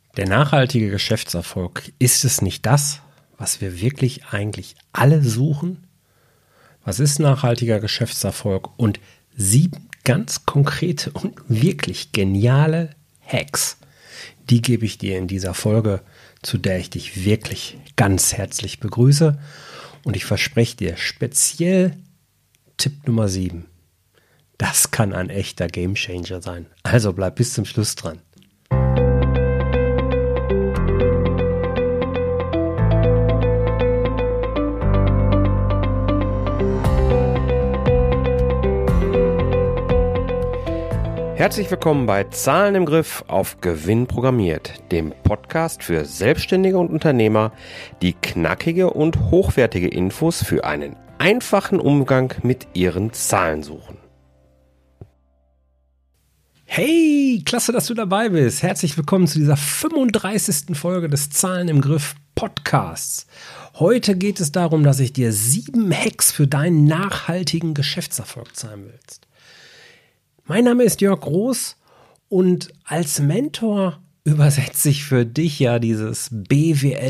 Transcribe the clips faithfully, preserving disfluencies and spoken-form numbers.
Der nachhaltige Geschäftserfolg, ist es nicht das, was wir wirklich eigentlich alle suchen? Was ist nachhaltiger Geschäftserfolg? Und sieben ganz konkrete und wirklich geniale Hacks, die gebe ich dir in dieser Folge, zu der ich dich wirklich ganz herzlich begrüße. Und ich verspreche dir speziell Tipp Nummer sieben. Das kann ein echter Gamechanger sein. Also bleib bis zum Schluss dran. Herzlich willkommen bei Zahlen im Griff auf Gewinn programmiert, dem Podcast für Selbstständige und Unternehmer, die knackige und hochwertige Infos für einen einfachen Umgang mit ihren Zahlen suchen. Hey, klasse, dass du dabei bist. Herzlich willkommen zu dieser fünfunddreißigsten Folge des Zahlen im Griff Podcasts. Heute geht es darum, dass ich dir sieben Hacks für deinen nachhaltigen Geschäftserfolg zeigen will. Mein Name ist Jörg Groß und als Mentor übersetze ich für dich ja dieses B W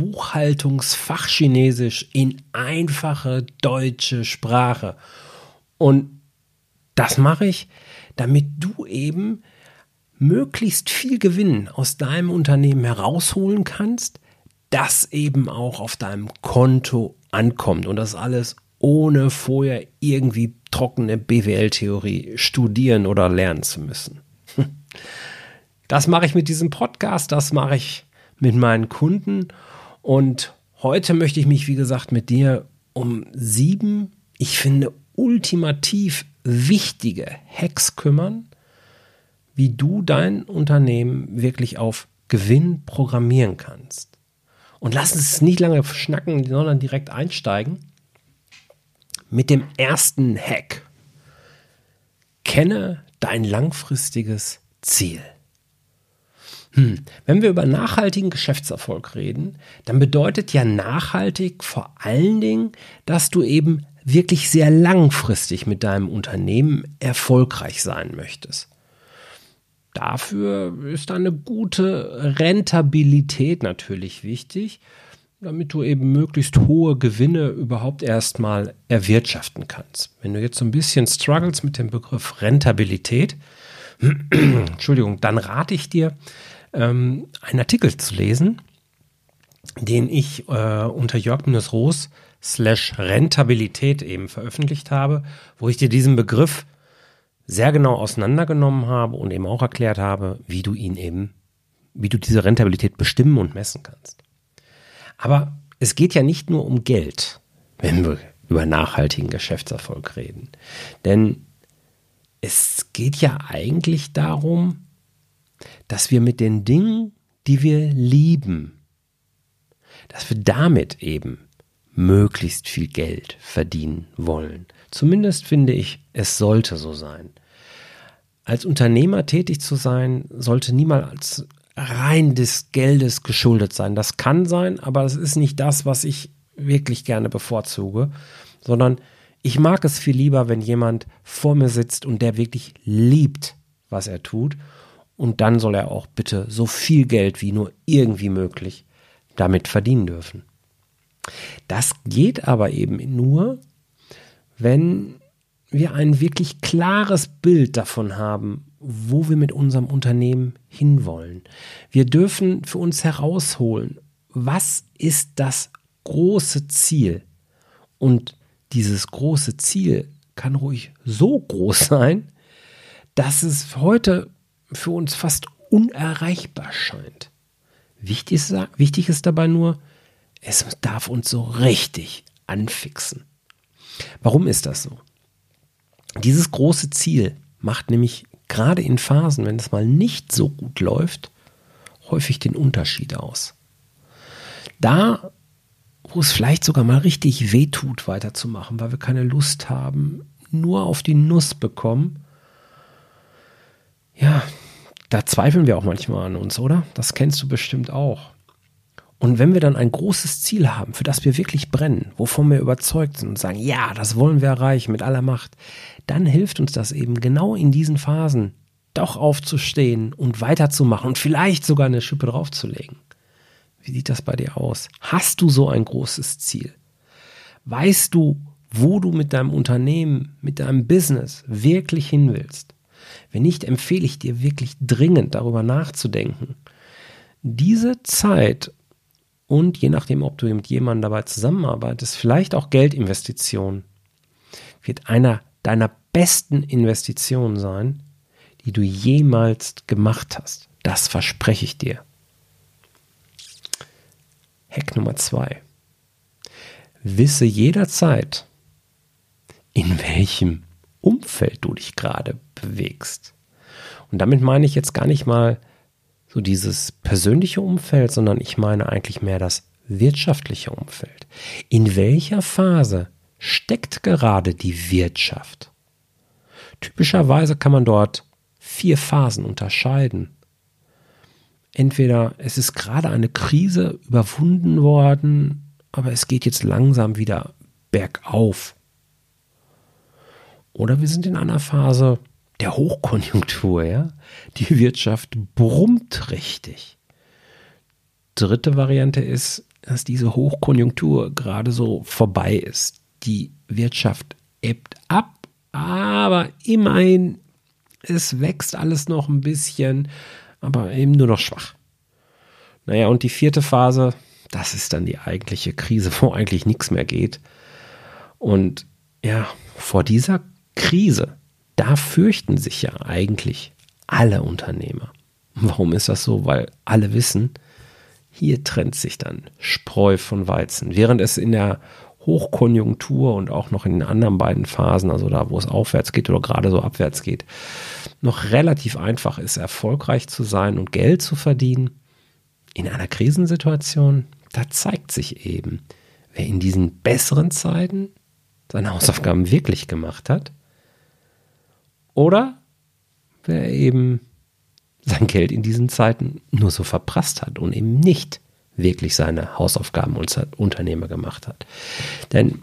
L-Buchhaltungsfachchinesisch in einfache deutsche Sprache. Und das mache ich, damit du eben möglichst viel Gewinn aus deinem Unternehmen herausholen kannst, das eben auch auf deinem Konto ankommt und das alles ohne vorher irgendwie trockene B W L-Theorie studieren oder lernen zu müssen. Das mache ich mit diesem Podcast, das mache ich mit meinen Kunden und heute möchte ich mich, wie gesagt, mit dir um sieben, ich finde, ultimativ wichtige Hacks kümmern, wie du dein Unternehmen wirklich auf Gewinn programmieren kannst. Und lass uns nicht lange schnacken, sondern direkt einsteigen. Mit dem ersten Hack. Kenne dein langfristiges Ziel. Hm. Wenn wir über nachhaltigen Geschäftserfolg reden, dann bedeutet ja nachhaltig vor allen Dingen, dass du eben wirklich sehr langfristig mit deinem Unternehmen erfolgreich sein möchtest. Dafür ist eine gute Rentabilität natürlich wichtig, damit du eben möglichst hohe Gewinne überhaupt erstmal erwirtschaften kannst. Wenn du jetzt so ein bisschen struggles mit dem Begriff Rentabilität, Entschuldigung, dann rate ich dir, ähm, einen Artikel zu lesen, den ich äh, unter jörg-roos slash Rentabilität eben veröffentlicht habe, wo ich dir diesen Begriff sehr genau auseinandergenommen habe und eben auch erklärt habe, wie du ihn eben, wie du diese Rentabilität bestimmen und messen kannst. Aber es geht ja nicht nur um Geld, wenn wir über nachhaltigen Geschäftserfolg reden. Denn es geht ja eigentlich darum, dass wir mit den Dingen, die wir lieben, dass wir damit eben möglichst viel Geld verdienen wollen. Zumindest finde ich, es sollte so sein. Als Unternehmer tätig zu sein, sollte niemals rein des Geldes geschuldet sein. Das kann sein, aber das ist nicht das, was ich wirklich gerne bevorzuge, sondern ich mag es viel lieber, wenn jemand vor mir sitzt und der wirklich liebt, was er tut, und dann soll er auch bitte so viel Geld wie nur irgendwie möglich damit verdienen dürfen. Das geht aber eben nur, wenn wir ein wirklich klares Bild davon haben, wo wir mit unserem Unternehmen hinwollen. Wir dürfen für uns herausholen, was ist das große Ziel? Und dieses große Ziel kann ruhig so groß sein, dass es heute für uns fast unerreichbar scheint. Wichtig ist, wichtig ist dabei nur, es darf uns so richtig anfixen. Warum ist das so? Dieses große Ziel macht nämlich gerade in Phasen, wenn es mal nicht so gut läuft, häufig den Unterschied aus. Da, wo es vielleicht sogar mal richtig wehtut, weiterzumachen, weil wir keine Lust haben, nur auf die Nuss bekommen, ja, da zweifeln wir auch manchmal an uns, oder? Das kennst du bestimmt auch. Und wenn wir dann ein großes Ziel haben, für das wir wirklich brennen, wovon wir überzeugt sind und sagen, ja, das wollen wir erreichen mit aller Macht, dann hilft uns das eben genau in diesen Phasen doch aufzustehen und weiterzumachen und vielleicht sogar eine Schippe draufzulegen. Wie sieht das bei dir aus? Hast du so ein großes Ziel? Weißt du, wo du mit deinem Unternehmen, mit deinem Business wirklich hin willst? Wenn nicht, empfehle ich dir wirklich dringend darüber nachzudenken. Diese Zeit und je nachdem, ob du mit jemandem dabei zusammenarbeitest, vielleicht auch Geldinvestitionen, wird einer deiner besten Investitionen sein, die du jemals gemacht hast. Das verspreche ich dir. Hack Nummer zwei. Wisse jederzeit, in welchem Umfeld du dich gerade bewegst. Und damit meine ich jetzt gar nicht mal so dieses persönliche Umfeld, sondern ich meine eigentlich mehr das wirtschaftliche Umfeld. In welcher Phase steckt gerade die Wirtschaft? Typischerweise kann man dort vier Phasen unterscheiden. Entweder es ist gerade eine Krise überwunden worden, aber es geht jetzt langsam wieder bergauf. Oder wir sind in einer Phase der Hochkonjunktur, ja. Die Wirtschaft brummt richtig. Dritte Variante ist, dass diese Hochkonjunktur gerade so vorbei ist. Die Wirtschaft ebbt ab, aber immerhin, es wächst alles noch ein bisschen, aber eben nur noch schwach. Naja, und die vierte Phase, das ist dann die eigentliche Krise, wo eigentlich nichts mehr geht. Und ja, vor dieser Krise, da fürchten sich ja eigentlich alle Unternehmer. Warum ist das so? Weil alle wissen, hier trennt sich dann Spreu von Weizen. Während es in der Hochkonjunktur und auch noch in den anderen beiden Phasen, also da, wo es aufwärts geht oder gerade so abwärts geht, noch relativ einfach ist, erfolgreich zu sein und Geld zu verdienen. In einer Krisensituation, da zeigt sich eben, wer in diesen besseren Zeiten seine Hausaufgaben wirklich gemacht hat oder wer eben sein Geld in diesen Zeiten nur so verprasst hat und eben nicht wirklich seine Hausaufgaben als Unternehmer gemacht hat. Denn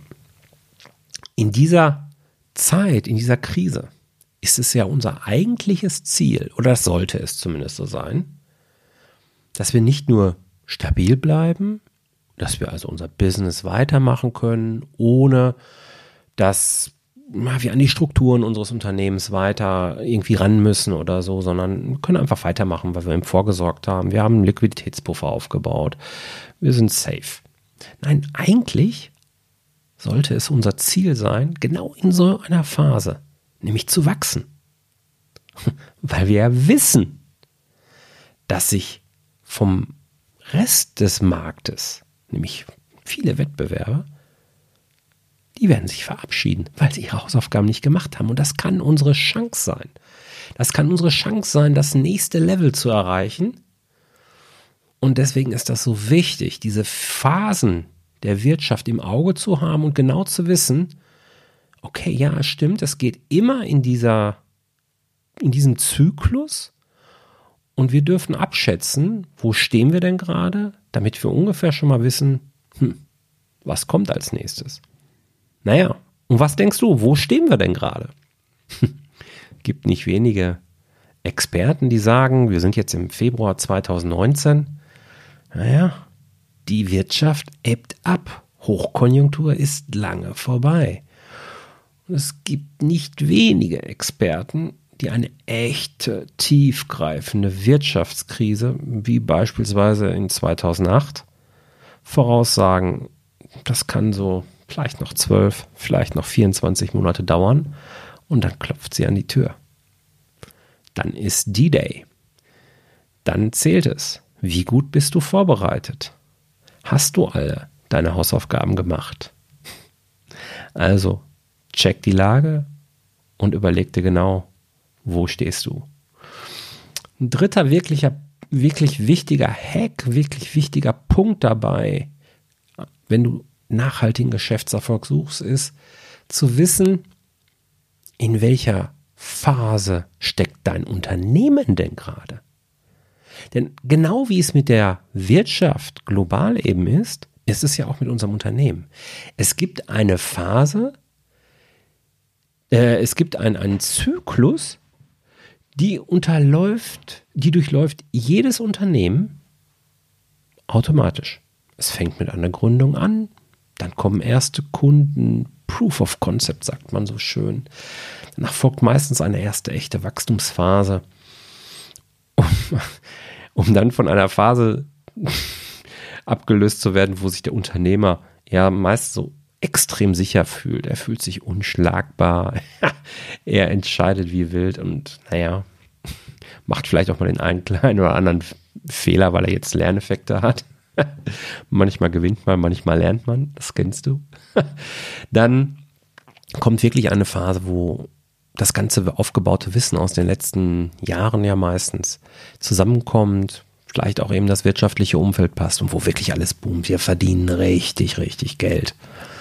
in dieser Zeit, in dieser Krise, ist es ja unser eigentliches Ziel, oder das sollte es zumindest so sein, dass wir nicht nur stabil bleiben, dass wir also unser Business weitermachen können, ohne dass wir an die Strukturen unseres Unternehmens weiter irgendwie ran müssen oder so, sondern wir können einfach weitermachen, weil wir eben vorgesorgt haben. Wir haben einen Liquiditätspuffer aufgebaut. Wir sind safe. Nein, eigentlich sollte es unser Ziel sein, genau in so einer Phase, nämlich zu wachsen. Weil wir ja wissen, dass sich vom Rest des Marktes, nämlich viele Wettbewerber, die werden sich verabschieden, weil sie ihre Hausaufgaben nicht gemacht haben. Und das kann unsere Chance sein. Das kann unsere Chance sein, das nächste Level zu erreichen. Und deswegen ist das so wichtig, diese Phasen der Wirtschaft im Auge zu haben und genau zu wissen, okay, ja, stimmt, es geht immer in dieser, in diesem Zyklus. Und wir dürfen abschätzen, wo stehen wir denn gerade, damit wir ungefähr schon mal wissen, hm, was kommt als nächstes. Naja, und was denkst du, wo stehen wir denn gerade? Gibt nicht wenige Experten, die sagen, wir sind jetzt im Februar zwanzig neunzehn. Naja, die Wirtschaft ebbt ab. Hochkonjunktur ist lange vorbei. Und es gibt nicht wenige Experten, die eine echte, tiefgreifende Wirtschaftskrise, wie beispielsweise in zweitausendacht, voraussagen, das kann so vielleicht noch zwölf, vielleicht noch vierundzwanzig Monate dauern und dann klopft sie an die Tür. Dann ist D-Day. Dann zählt es. Wie gut bist du vorbereitet? Hast du alle deine Hausaufgaben gemacht? Also, check die Lage und überleg dir genau, wo stehst du. Ein dritter wirklicher, wirklich wichtiger Hack, wirklich wichtiger Punkt dabei, wenn du nachhaltigen Geschäftserfolg suchst, ist zu wissen, in welcher Phase steckt dein Unternehmen denn gerade? Denn genau wie es mit der Wirtschaft global eben ist, ist es ja auch mit unserem Unternehmen. Es gibt eine Phase, äh, es gibt ein, einen Zyklus, die unterläuft, die durchläuft jedes Unternehmen automatisch. Es fängt mit einer Gründung an, dann kommen erste Kunden, Proof of Concept sagt man so schön. Danach folgt meistens eine erste echte Wachstumsphase, um, um dann von einer Phase abgelöst zu werden, wo sich der Unternehmer ja meist so extrem sicher fühlt. Er fühlt sich unschlagbar, er entscheidet wie wild und naja, macht vielleicht auch mal den einen kleinen oder anderen Fehler, weil er jetzt Lerneffekte hat. Manchmal gewinnt man, manchmal lernt man, das kennst du. Dann kommt wirklich eine Phase, wo das ganze aufgebaute Wissen aus den letzten Jahren ja meistens zusammenkommt, vielleicht auch eben das wirtschaftliche Umfeld passt und wo wirklich alles boomt. Wir verdienen richtig, richtig Geld.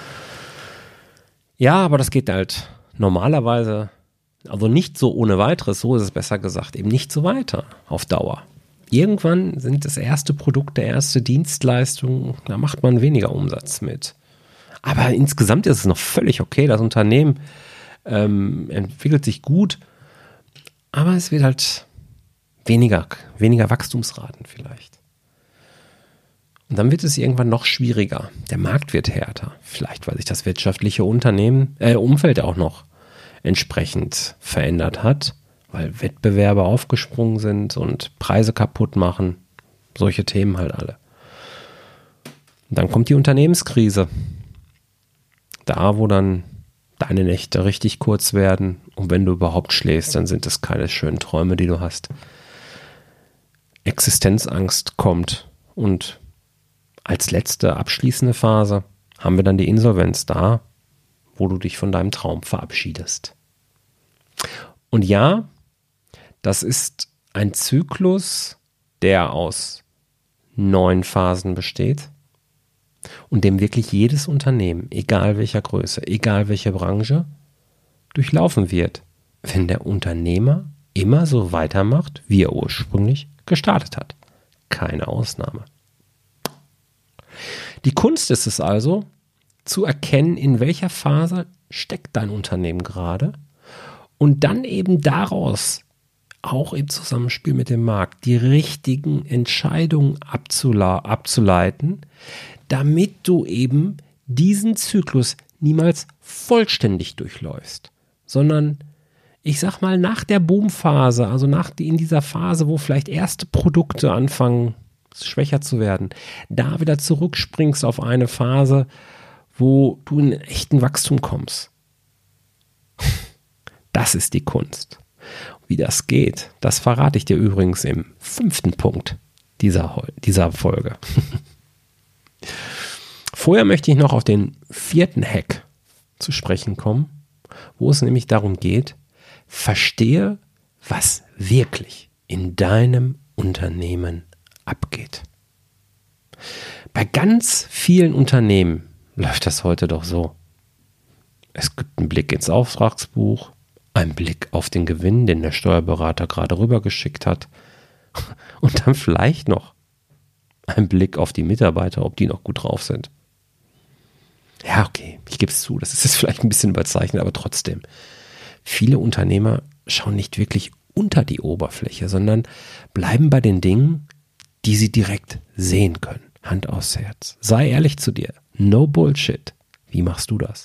Ja, aber das geht halt normalerweise, also nicht so ohne weiteres, so ist es besser gesagt, eben nicht so weiter auf Dauer. Irgendwann sind das erste Produkte, erste Dienstleistungen, da macht man weniger Umsatz mit. Aber insgesamt ist es noch völlig okay, das Unternehmen ähm, entwickelt sich gut, aber es wird halt weniger, weniger Wachstumsraten vielleicht. Und dann wird es irgendwann noch schwieriger. Der Markt wird härter, vielleicht weil sich das wirtschaftliche Unternehmen, äh, Umfeld auch noch entsprechend verändert hat, weil Wettbewerber aufgesprungen sind und Preise kaputt machen. Solche Themen halt alle. Und dann kommt die Unternehmenskrise. Da, wo dann deine Nächte richtig kurz werden und wenn du überhaupt schläfst, dann sind es keine schönen Träume, die du hast. Existenzangst kommt und als letzte abschließende Phase haben wir dann die Insolvenz da, wo du dich von deinem Traum verabschiedest. Und ja, das ist ein Zyklus, der aus neun Phasen besteht und dem wirklich jedes Unternehmen, egal welcher Größe, egal welche Branche, durchlaufen wird, wenn der Unternehmer immer so weitermacht, wie er ursprünglich gestartet hat. Keine Ausnahme. Die Kunst ist es also, zu erkennen, in welcher Phase steckt dein Unternehmen gerade und dann eben daraus auch im Zusammenspiel mit dem Markt die richtigen Entscheidungen abzula- abzuleiten, damit du eben diesen Zyklus niemals vollständig durchläufst, sondern ich sag mal nach der Boomphase, also nach die, in dieser Phase, wo vielleicht erste Produkte anfangen schwächer zu werden, da wieder zurückspringst auf eine Phase, wo du in echten Wachstum kommst. Das ist die Kunst. Wie das geht, das verrate ich dir übrigens im fünften Punkt dieser, dieser Folge. Vorher möchte ich noch auf den vierten Hack zu sprechen kommen, wo es nämlich darum geht, verstehe, was wirklich in deinem Unternehmen abgeht. Bei ganz vielen Unternehmen läuft das heute doch so. Es gibt einen Blick ins Auftragsbuch, einen Blick auf den Gewinn, den der Steuerberater gerade rübergeschickt hat und dann vielleicht noch einen Blick auf die Mitarbeiter, ob die noch gut drauf sind. Ja, okay, ich gebe es zu, das ist jetzt vielleicht ein bisschen überzeichnet, aber trotzdem. Viele Unternehmer schauen nicht wirklich unter die Oberfläche, sondern bleiben bei den Dingen, die sie direkt sehen können. Hand aufs Herz. Sei ehrlich zu dir. No Bullshit. Wie machst du das?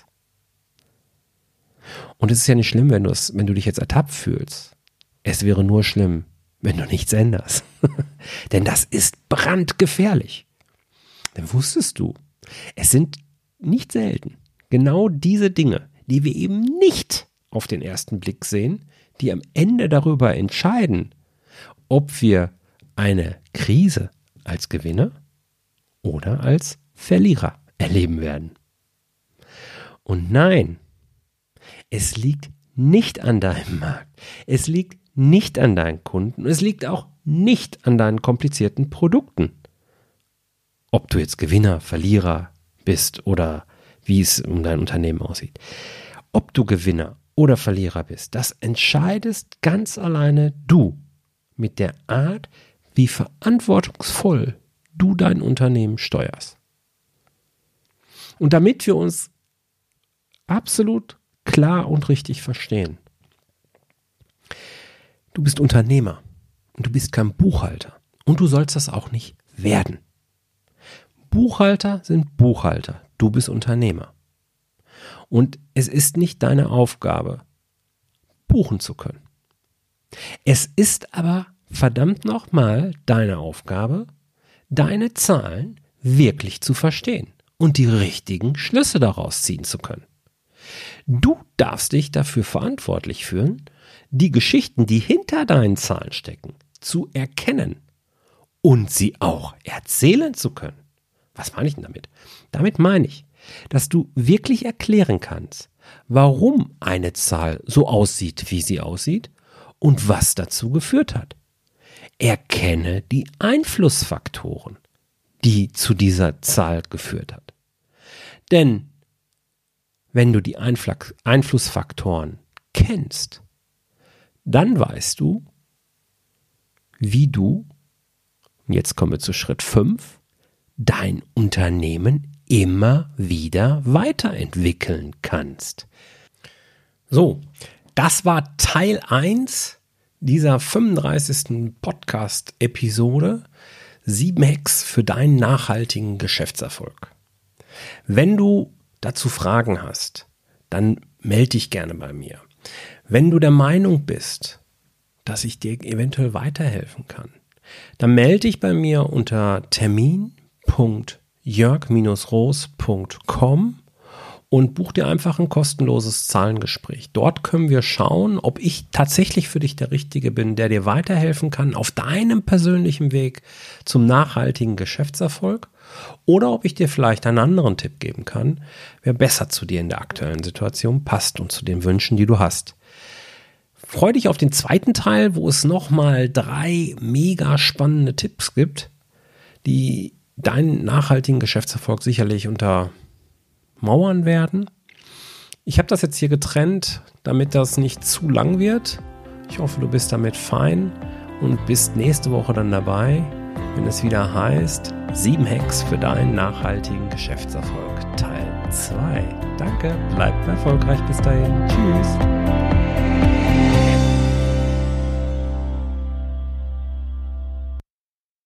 Und es ist ja nicht schlimm, wenn du, es, wenn du dich jetzt ertappt fühlst. Es wäre nur schlimm, wenn du nichts änderst. Denn das ist brandgefährlich. Denn wusstest du, es sind nicht selten genau diese Dinge, die wir eben nicht auf den ersten Blick sehen, die am Ende darüber entscheiden, ob wir eine Krise als Gewinner oder als Verlierer erleben werden. Und nein, es liegt nicht an deinem Markt, es liegt nicht an deinen Kunden und es liegt auch nicht an deinen komplizierten Produkten. Ob du jetzt Gewinner, Verlierer bist oder wie es um dein Unternehmen aussieht. Ob du Gewinner oder Verlierer bist, das entscheidest ganz alleine du mit der Art, wie verantwortungsvoll du dein Unternehmen steuerst. Und damit wir uns absolut klar und richtig verstehen. Du bist Unternehmer und du bist kein Buchhalter und du sollst das auch nicht werden. Buchhalter sind Buchhalter, du bist Unternehmer. Und es ist nicht deine Aufgabe, buchen zu können. Es ist aber verdammt nochmal deine Aufgabe, deine Zahlen wirklich zu verstehen und die richtigen Schlüsse daraus ziehen zu können. Du darfst dich dafür verantwortlich fühlen, die Geschichten, die hinter deinen Zahlen stecken, zu erkennen und sie auch erzählen zu können. Was meine ich denn damit? Damit meine ich, dass du wirklich erklären kannst, warum eine Zahl so aussieht, wie sie aussieht und was dazu geführt hat. Erkenne die Einflussfaktoren, die zu dieser Zahl geführt hat. Denn wenn du die Einfl- Einflussfaktoren kennst, dann weißt du, wie du, jetzt kommen wir zu Schritt fünf, dein Unternehmen immer wieder weiterentwickeln kannst. So, das war Teil eins dieser fünfunddreißigsten Podcast-Episode. Sieben Hacks für deinen nachhaltigen Geschäftserfolg. Wenn du dazu Fragen hast, dann melde dich gerne bei mir. Wenn du der Meinung bist, dass ich dir eventuell weiterhelfen kann, dann melde dich bei mir unter termin punkt jörg roos punkt com und buch dir einfach ein kostenloses Zahlengespräch. Dort können wir schauen, ob ich tatsächlich für dich der Richtige bin, der dir weiterhelfen kann auf deinem persönlichen Weg zum nachhaltigen Geschäftserfolg, oder ob ich dir vielleicht einen anderen Tipp geben kann, wer besser zu dir in der aktuellen Situation passt und zu den Wünschen, die du hast. Freu dich auf den zweiten Teil, wo es nochmal drei mega spannende Tipps gibt, die deinen nachhaltigen Geschäftserfolg sicherlich untermauern werden. Ich habe das jetzt hier getrennt, damit das nicht zu lang wird. Ich hoffe, du bist damit fein und bist nächste Woche dann dabei, wenn es wieder heißt, sieben Hacks für deinen nachhaltigen Geschäftserfolg Teil zwei. Danke, bleib erfolgreich bis dahin. Tschüss.